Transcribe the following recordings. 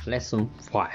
Lesson 5、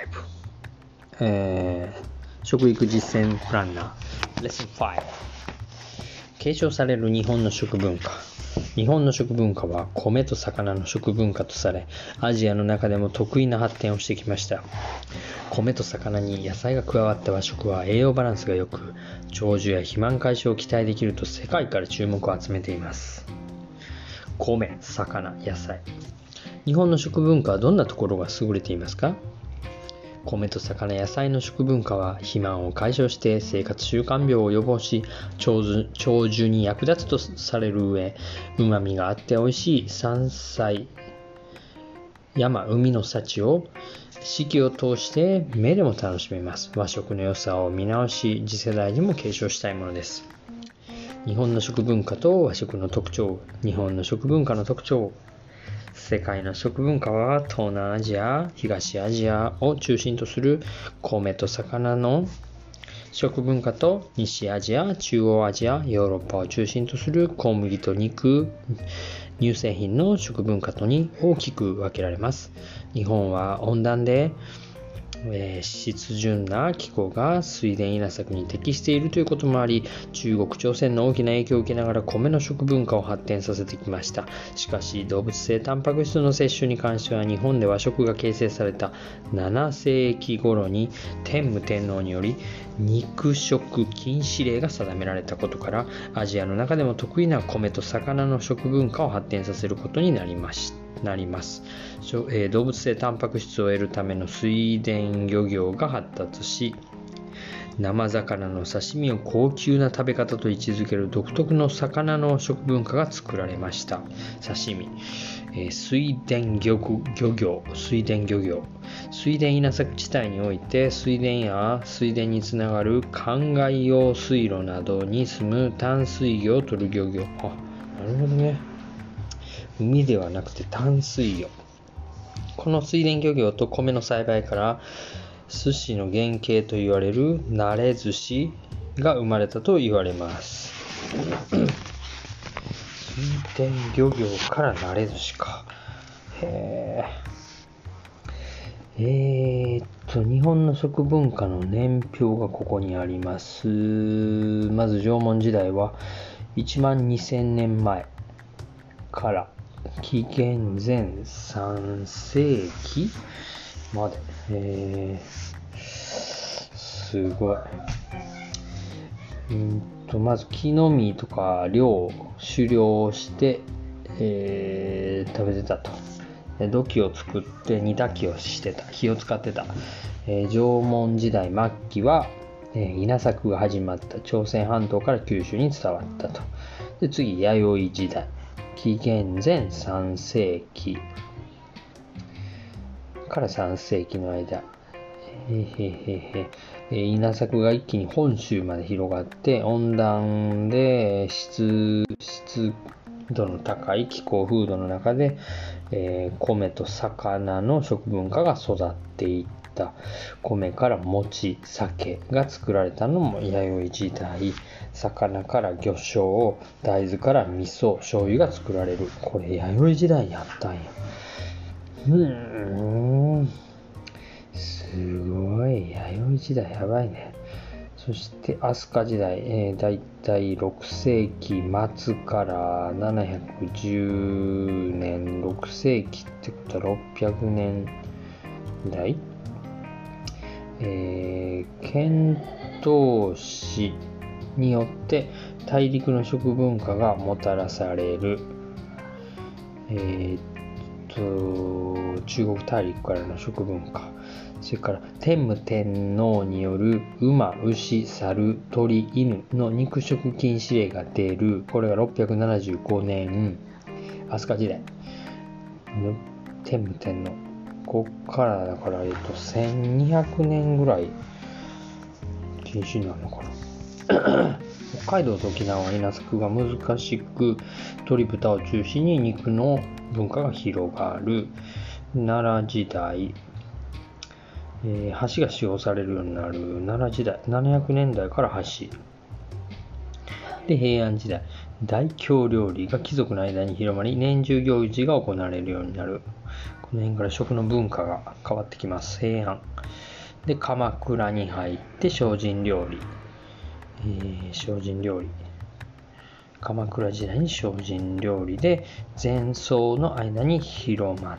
食育実践プランナー Lesson 5、継承される日本の食文化。日本の食文化は米と魚の食文化とされ、アジアの中でも得意な発展をしてきました。米と魚に野菜が加わった和食は栄養バランスが良く、長寿や肥満解消を期待できると世界から注目を集めています。米、魚、野菜。日本の食文化はどんなところが優れていますか？米と魚、野菜の食文化は肥満を解消して生活習慣病を予防し、長寿に役立つとされる上、旨味があって美味しい山菜、山、海の幸を四季を通して目でも楽しめます。和食の良さを見直し、次世代にも継承したいものです。日本の食文化と和食の特徴。日本の食文化の特徴。世界の食文化は東南アジア、東アジアを中心とする米と魚の食文化と西アジア、中央アジア、ヨーロッパを中心とする小麦と肉、乳製品の食文化とに大きく分けられます。日本は温暖で湿潤な気候が水田稲作に適しているということもあり、中国朝鮮の大きな影響を受けながら米の食文化を発展させてきました。しかし動物性タンパク質の摂取に関しては、日本で和食が形成された7世紀頃に天武天皇により肉食禁止令が定められたことから、アジアの中でも得意な米と魚の食文化を発展させることになります。動物性タンパク質を得るための水田漁業が発達し、生魚の刺身を高級な食べ方と位置づける独特の魚の食文化が作られました。刺身、水田漁業、水田稲作地帯において、水田や水田につながる灌漑用水路などに住む淡水魚を取る漁業。なるほどね。海ではなくて淡水魚。この水田漁業と米の栽培から、寿司の原型と言われる慣れ寿司が生まれたと言われます。水田漁業から慣れ寿司か。日本の食文化の年表がここにあります。まず縄文時代は12000年前から紀元前3世紀まで、すごい。まず木の実とか狩猟をして、食べてたと。土器を作って煮炊きをしてた。火を使ってた。縄文時代末期は、稲作が始まった朝鮮半島から九州に伝わったと。で、次、弥生時代。紀元前3世紀から3世紀の間、稲作が一気に本州まで広がって、温暖で湿度の高い気候風土の中で、米と魚の食文化が育っていった。米から餅、酒が作られたのも弥生時代。魚から魚醤、大豆から味噌、醤油が作られる。これ弥生時代やったんや。すごい。弥生時代やばいね。そして飛鳥時代、だいたい6世紀末から710年、6世紀ってことは600年代、遣唐使によって大陸の食文化がもたらされる。中国大陸からの食文化。それから天武天皇による馬、牛、猿、鳥、犬の肉食禁止令が出る。これが675年、飛鳥時代。天武天皇。ここからだから1200年ぐらい禁止になるのかな。北海道と沖縄は稲作が難しく、鶏豚を中心に肉の文化が広がる。奈良時代、橋が使用されるようになる。奈良時代、700年代から橋で、平安時代、大京料理が貴族の間に広まり、年中行事が行われるようになる。ここの辺から食の文化が変わってきます。平安で鎌倉に入って精進料理、鎌倉時代に精進料理で禅僧の間に広まった。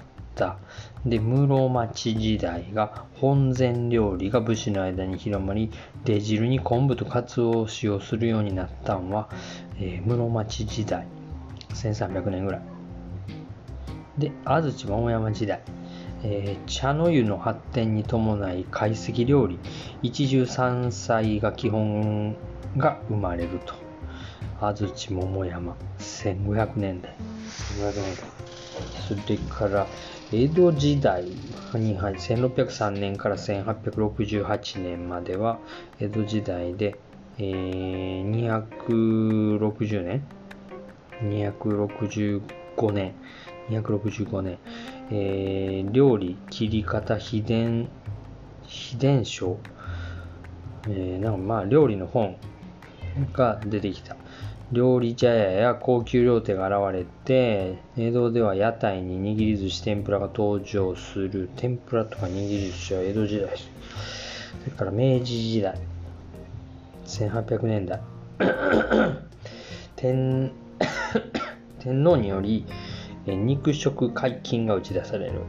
で室町時代が本膳料理が武士の間に広まり、出汁に昆布とカツオを使用するようになったのは、室町時代1300年ぐらいで、安土桃山時代、茶の湯の発展に伴い懐石料理一汁三菜が基本が生まれると。安土桃山1500年代、それから江戸時代に入り1603年から1868年までは江戸時代で、265年、料理切り方秘伝書、料理の本が出てきた。料理茶屋や高級料亭が現れて、江戸では屋台に握り寿司天ぷらが登場する。天ぷらとか握り寿司は江戸時代です。それから明治時代1800年代天皇により肉食解禁が打ち出される。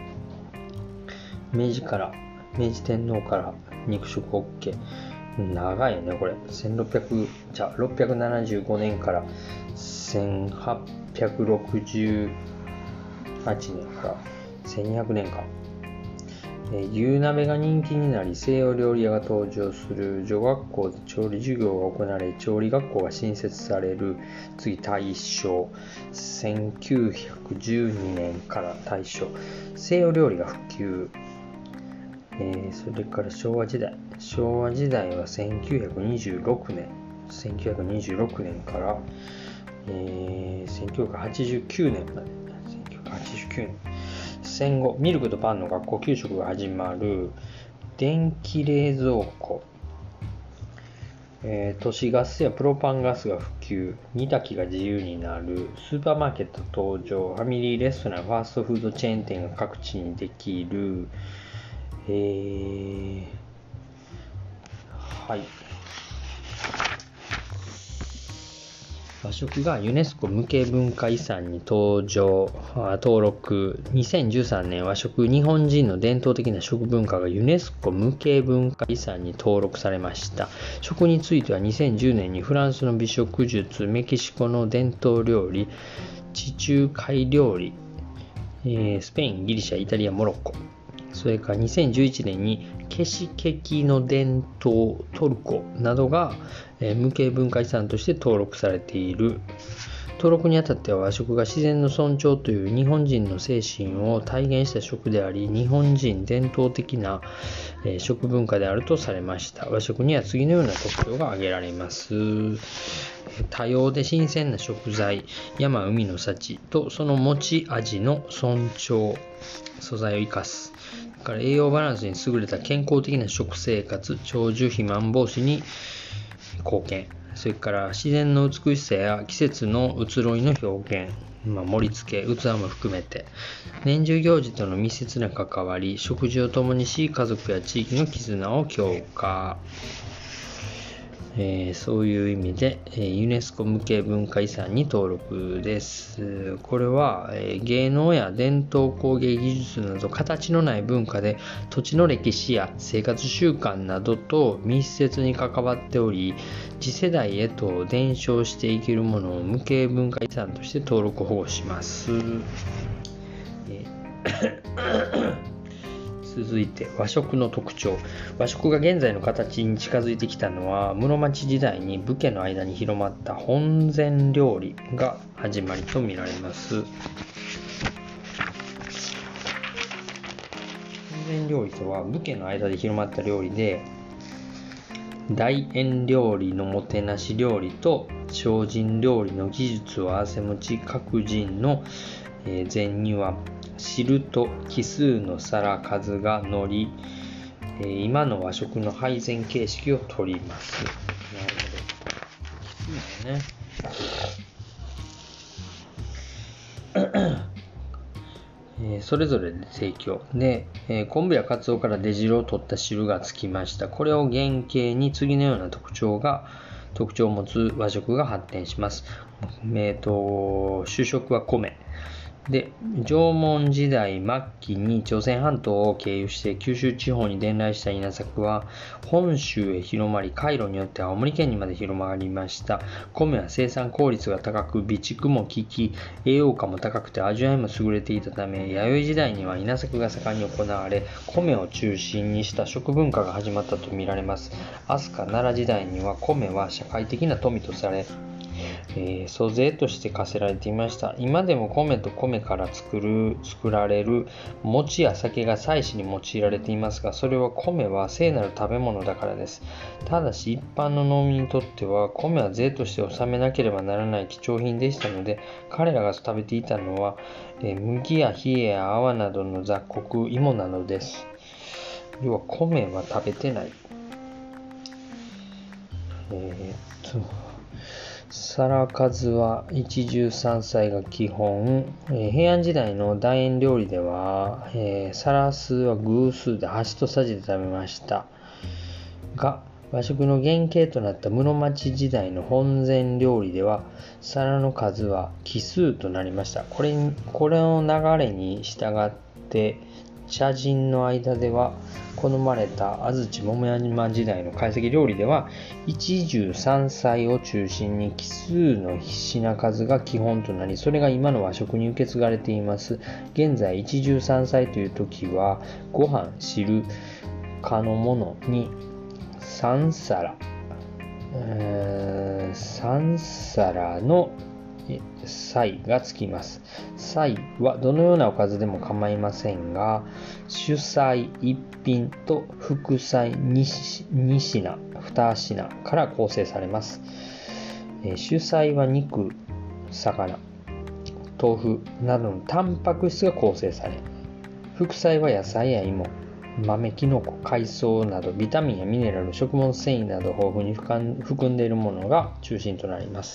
明治天皇から肉食 OK。長いよねこれ。675年から1868年から1200年間、牛鍋が人気になり西洋料理屋が登場する。女学校で調理授業が行われ調理学校が新設される。次大正1912年から大正西洋料理が普及。それから昭和時代は1926年から、1989年まで。戦後ミルクとパンの学校給食が始まる。電気冷蔵庫、都市ガスやプロパンガスが普及。煮炊きが自由になる。スーパーマーケット登場。ファミリーレストラン、ファーストフードチェーン店が各地にできる。はい。和食がユネスコ無形文化遺産に登録。2013年和食日本人の伝統的な食文化がユネスコ無形文化遺産に登録されました。食については2010年にフランスの美食術、メキシコの伝統料理、地中海料理、スペイン、ギリシャ、イタリア、モロッコ、それから2011年にケシケキの伝統トルコなどが無形文化遺産として登録されている。登録にあたっては和食が自然の尊重という日本人の精神を体現した食であり、日本人伝統的な食文化であるとされました。和食には次のような特徴が挙げられます。多様で新鮮な食材、山海の幸とその持ち味の尊重、素材を生かす。から栄養バランスに優れた健康的な食生活、長寿肥満防止に貢献。それから自然の美しさや季節の移ろいの表現、盛り付け、器も含めて年中行事との密接な関わり、食事を共にし家族や地域の絆を強化。そういう意味で、ユネスコ無形文化遺産に登録です。これは、芸能や伝統工芸技術など形のない文化で土地の歴史や生活習慣などと密接に関わっており、次世代へと伝承していけるものを無形文化遺産として登録保護します。続いて和食の特徴。和食が現在の形に近づいてきたのは室町時代に武家の間に広まった本膳料理が始まりとみられます。本膳料理とは武家の間で広まった料理で、大宴料理のもてなし料理と精進料理の技術を併せ持ち、各人の膳には汁と奇数の皿数が乗り、今の和食の配膳形式をとります。なるほど。奇数ね。 それぞれで提供で、昆布やカツオから出汁を取った汁がつきました。これを原型に次のような特徴を持つ和食が発展します。主食は米で、縄文時代末期に朝鮮半島を経由して九州地方に伝来した稲作は本州へ広まり、海路によって青森県にまで広まりました。米は生産効率が高く、備蓄も効き、栄養価も高くて味わいも優れていたため、弥生時代には稲作が盛んに行われ、米を中心にした食文化が始まったとみられます。飛鳥・奈良時代には米は社会的な富とされ、租税として課せられていました。今でも米と米から作られる餅や酒が祭祀に用いられていますが、それは米は聖なる食べ物だからです。ただし一般の農民にとっては米は税として納めなければならない貴重品でしたので、彼らが食べていたのは、麦や冷えや泡などの雑穀、芋などです。要は米は食べてない。皿数は一汁三菜が基本。平安時代の楕円料理では、皿数は偶数で箸と匙で食べましたが、和食の原型となった室町時代の本膳料理では皿の数は奇数となりました。これの流れに従って茶人の間では好まれた安土桃山時代の懐石料理では一汁三菜を中心に奇数の品数が基本となり、それが今の和食に受け継がれています。現在一汁三菜という時はご飯、汁、かのものに3皿の菜がつきます。菜はどのようなおかずでも構いませんが、主菜1品と副菜2品から構成されます。主菜は肉、魚、豆腐などのタンパク質が構成され、副菜は野菜や芋、豆、きのこ、海藻などビタミンやミネラル、食物繊維など豊富に含んでいるものが中心となります。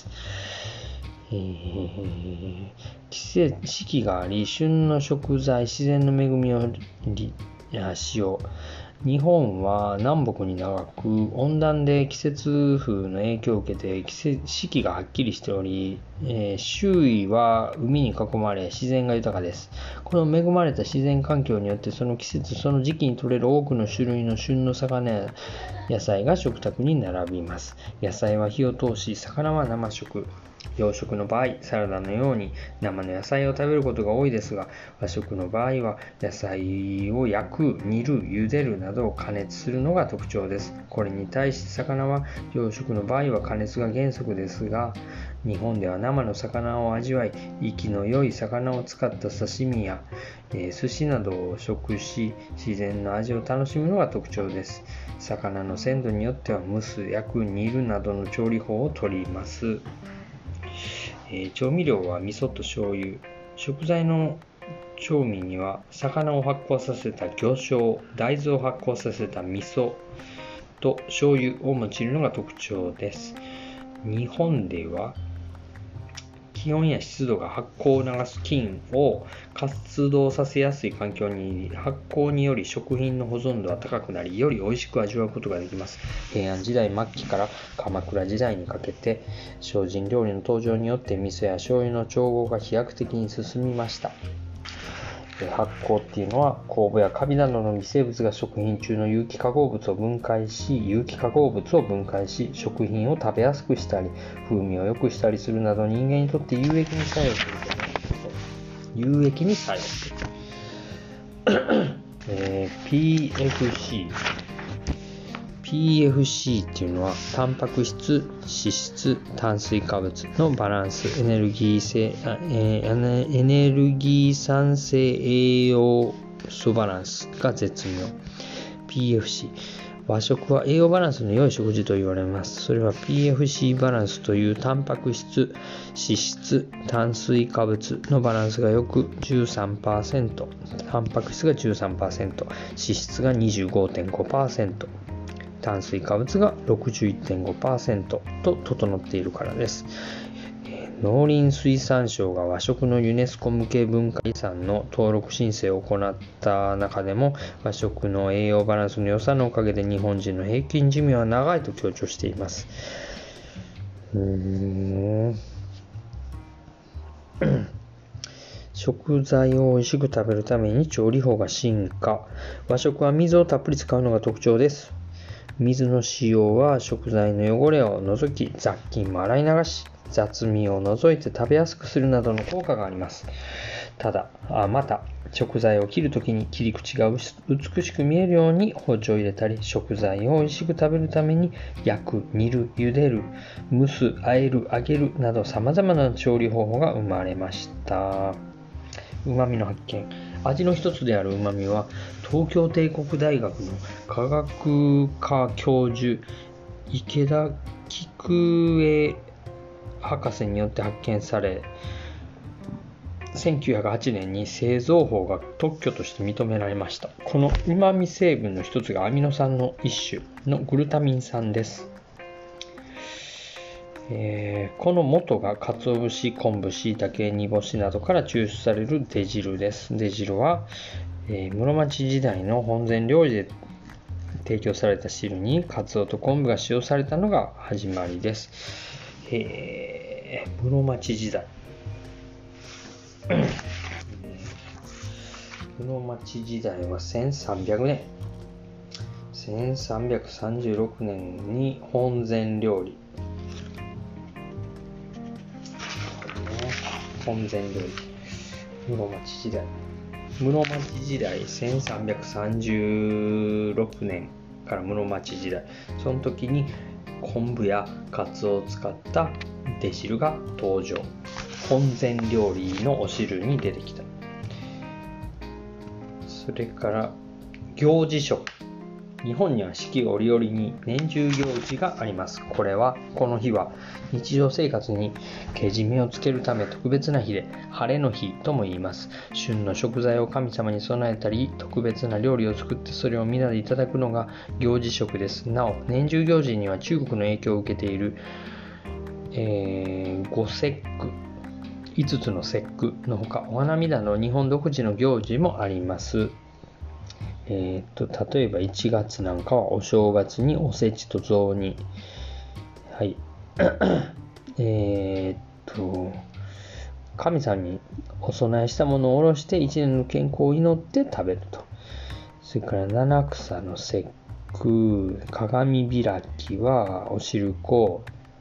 四季があり、旬の食材、自然の恵みを使用。日本は南北に長く、温暖で季節風の影響を受けて四季がはっきりしており、周囲は海に囲まれ自然が豊かです。この恵まれた自然環境によってその季節その時期に採れる多くの種類の旬の魚や野菜が食卓に並びます。野菜は火を通し、魚は生食。洋食の場合、サラダのように生の野菜を食べることが多いですが、和食の場合は野菜を焼く、煮る、茹でるなどを加熱するのが特徴です。これに対して魚は洋食の場合は加熱が原則ですが、日本では生の魚を味わい、生きの良い魚を使った刺身や、寿司などを食し、自然の味を楽しむのが特徴です。魚の鮮度によっては蒸す、焼く、煮るなどの調理法をとります。調味料は味噌と醤油。食材の調味には魚を発酵させた魚醤、大豆を発酵させた味噌と醤油を用いるのが特徴です。日本では気温や湿度が発酵を促す菌を活動させやすい環境に発酵により食品の保存度は高くなり、より美味しく味わうことができます。平安時代末期から鎌倉時代にかけて、精進料理の登場によって味噌や醤油の調合が飛躍的に進みました。発酵っていうのは酵母やカビなどの微生物が食品中の有機化合物を分解し、食品を食べやすくしたり風味を良くしたりするなど人間にとって有益に作用するPFC っていうのはタンパク質、脂質、炭水化物のバランス、エネルギー酸性栄養素バランスが絶妙。PFC、和食は栄養バランスの良い食事と言われます。それは PFC バランスというタンパク質、脂質、炭水化物のバランスがよく 13%、タンパク質が 13%、脂質が 25.5%、炭水化物が 61.5% と整っているからです。 農林水産省が和食のユネスコ無形文化遺産の登録申請を行った中でも、和食の栄養バランスの良さのおかげで日本人の平均寿命は長いと強調しています。食材を美味しく食べるために調理法が進化。和食は水をたっぷり使うのが特徴です。水の使用は食材の汚れを除き、雑菌も洗い流し、雑味を除いて食べやすくするなどの効果があります。また、食材を切るときに切り口が美しく見えるように包丁を入れたり、食材を美味しく食べるために焼く、煮る、茹でる、蒸す、和える、揚げるなど様々な調理方法が生まれました。旨味の発見。味の一つである旨味は、東京帝国大学の科学科教授池田菊江博士によって発見され、1908年に製造法が特許として認められました。この旨味成分の一つがアミノ酸の一種のグルタミン酸です。この元が鰹節、昆布、椎茸、煮干しなどから抽出される出汁です。出汁は、室町時代の本膳料理で提供された汁に鰹と昆布が使用されたのが始まりです。室町時代室町時代は1300年1336年に本膳料理室町時代1336年から室町時代、その時に昆布やカツオを使った出汁が登場。本膳料理のお汁に出てきた。それから行事食。日本には四季折々に年中行事があります。この日は日常生活にけじめをつけるため特別な日で、晴れの日とも言います。旬の食材を神様に備えたり、特別な料理を作ってそれを皆でいただくのが行事食です。なお、年中行事には中国の影響を受けている、五節句、5つの節句のほか、お花見など日本独自の行事もあります。例えば1月なんかはお正月におせちと雑煮。はい。神様にお供えしたものをおろして1年の健康を祈って食べると。それから七草の節句、鏡開きはお汁粉。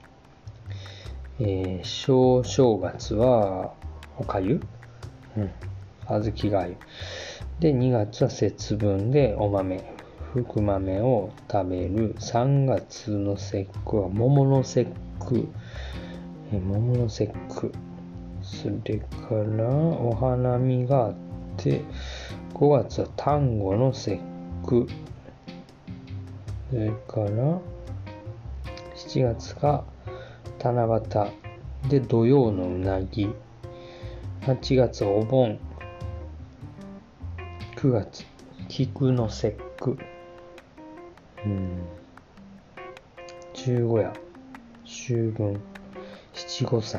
小正月はおかゆ、小豆がゆで、2月は節分でお豆、福豆を食べる。3月の節句は桃の節句、それからお花見があって、5月は端午の節句、それから7月が七夕で土曜のうなぎ、8月はお盆、9月菊の節句、十五夜、秋分、七五三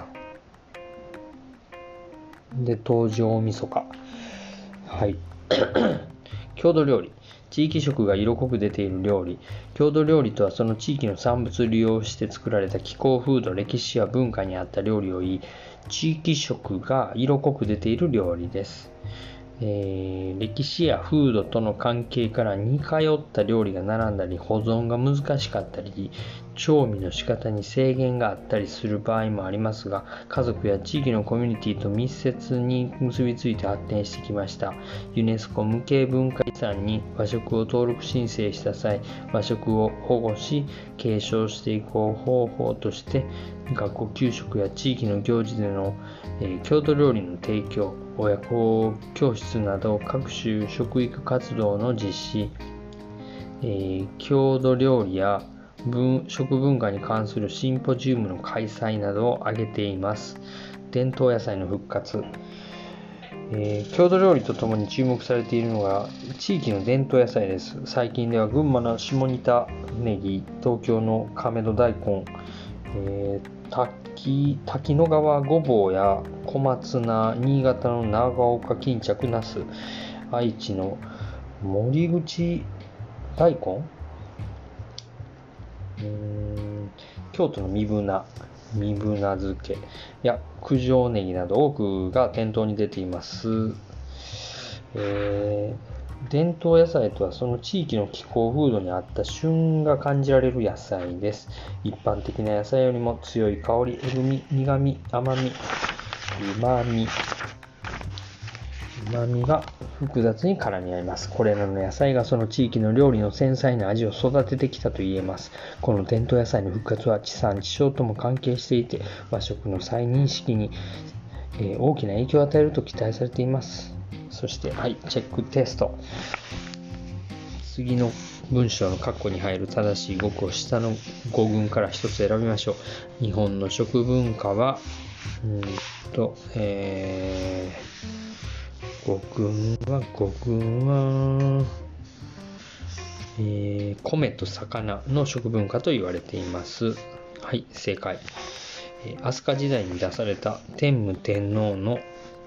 で冬至大晦日。はい。郷土料理。地域色が色濃く出ている料理。郷土料理とはその地域の産物を利用して作られた気候、風土、歴史や文化に合った料理を言い、地域色が色濃く出ている料理です。歴史や風土との関係から似通った料理が並んだり、保存が難しかったり、調味の仕方に制限があったりする場合もありますが、家族や地域のコミュニティと密接に結びついて発展してきました。ユネスコ無形文化遺産に和食を登録申請した際、和食を保護し継承していく方法として、学校給食や地域の行事での、郷土料理の提供、親子教室など各種食育活動の実施、郷土料理や食文化に関するシンポジウムの開催などを挙げています。伝統野菜の復活、郷土料理とともに注目されているのが地域の伝統野菜です。最近では群馬の下仁田ネギ、東京の亀戸大根、 滝野川ごぼうや小松菜、新潟の長岡巾着ナス、愛知の森口大根、京都の三船漬けや九条ネギなど多くが店頭に出ています。伝統野菜とはその地域の気候風土に合った旬が感じられる野菜です。一般的な野菜よりも強い香り、えぐみ、苦み、甘み、うまみが複雑に絡み合います。これらの野菜がその地域の料理の繊細な味を育ててきたと言えます。この伝統野菜の復活は地産地消とも関係していて、和食の再認識に、大きな影響を与えると期待されています。そして、チェックテスト。次の文章の括弧に入る正しい語句を下の語群から一つ選びましょう。日本の食文化は、語群は、米と魚の食文化と言われています。はい、正解。飛鳥時代に出された天武天皇の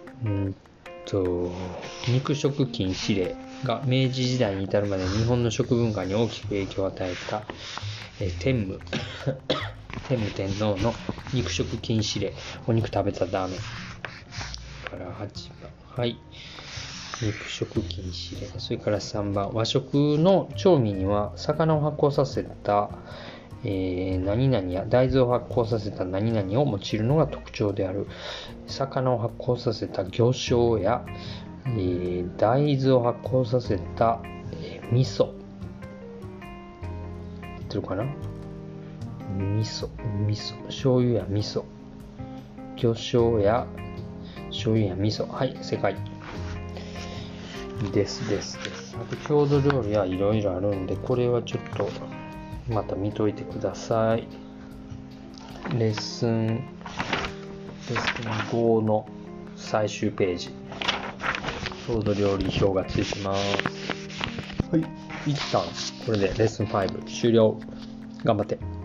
肉食禁止令が明治時代に至るまで日本の食文化に大きく影響を与えた、天武天皇の肉食禁止令。お肉食べたらダメから8番、はい、肉食禁止令。それから3番、和食の調味には魚を発酵させた何々や大豆を発酵させた何々を用いるのが特徴である。魚を発酵させた魚醤や、大豆を発酵させた、味噌ってるかな、醤油や味噌、魚醤や醤油や味噌。はい、正解です。あと郷土料理はいろいろあるんで、これはちょっとまた見といてください。レッスン5の最終ページ、郷土料理表がついてます。はい、一旦これでレッスン5終了。頑張って。